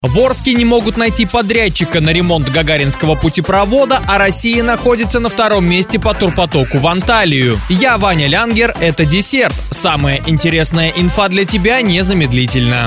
В Орске не могут найти подрядчика на ремонт Гагаринского путепровода, а Россия находится на втором месте по турпотоку в Анталию. Я Ваня Лянгер, это десерт. Самая интересная инфа для тебя незамедлительно.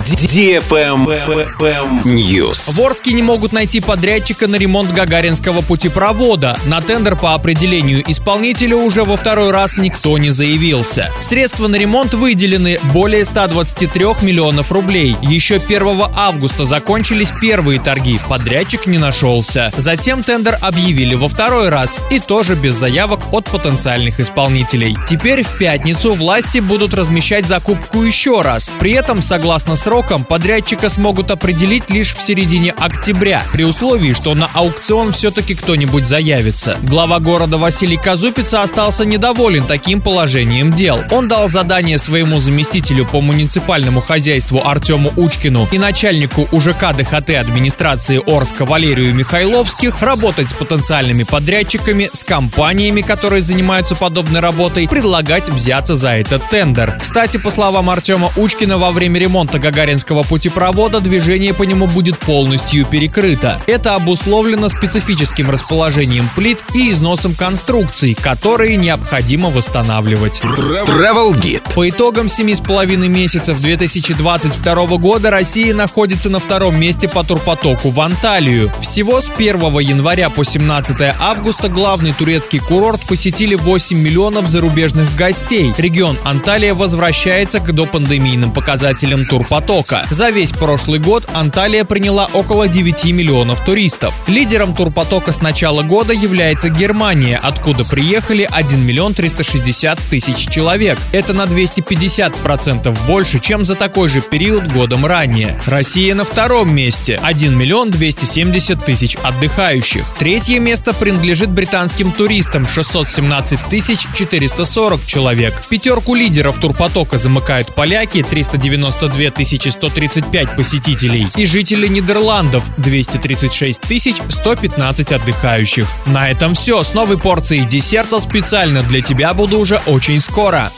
News. В Орске не могут найти подрядчика на ремонт Гагаринского путепровода. На тендер по определению исполнителя уже во второй раз никто не заявился. Средства на ремонт выделены более 123 миллионов рублей. Еще 1 августа закончились первые торги, подрядчик не нашелся. Затем тендер объявили во второй раз и тоже без заявок от потенциальных исполнителей. Теперь в пятницу власти будут размещать закупку еще раз. При этом, согласно срокам, подрядчика смогут определить лишь в середине октября, при условии, что на аукцион все-таки кто-нибудь заявится. Глава города Василий Казупица остался недоволен таким положением дел. Он дал задание своему заместителю по муниципальному хозяйству Артему Учкину и начальнику УЖК ДХТ администрации Орска Валерию Михайловских работать с потенциальными подрядчиками, с компаниями, которые занимаются подобной работой, предлагать взяться за этот тендер. Кстати, по словам Артема Учкина, во время ремонта Гагаринского путепровода движение по нему будет полностью перекрыто. Это обусловлено специфическим расположением плит и износом конструкций, которые необходимо восстанавливать. Travel Guide. По итогам 7,5 месяцев 2022 года Россия находится на втором месте по турпотоку в Анталию. Всего с 1 января по 17 августа главный турецкий курорт посетили 8 миллионов зарубежных гостей. Регион Анталия возвращается к допандемийным показателям турпотока. За весь прошлый год Анталия приняла около 9 миллионов туристов. Лидером турпотока с начала года является Германия, откуда приехали 1 миллион 360 тысяч человек. Это на 250% больше, чем за такой же период годом ранее. Россия на втором месте. 1 миллион 270 тысяч отдыхающих. Третье место принадлежит британским туристам, 617 тысяч 440 человек. Пятерку лидеров турпотока замыкают поляки, 392 тысячи 135 посетителей, и жители Нидерландов, 236 тысяч 115 отдыхающих. На этом все. С новой порцией десерта специально для тебя буду уже очень скоро.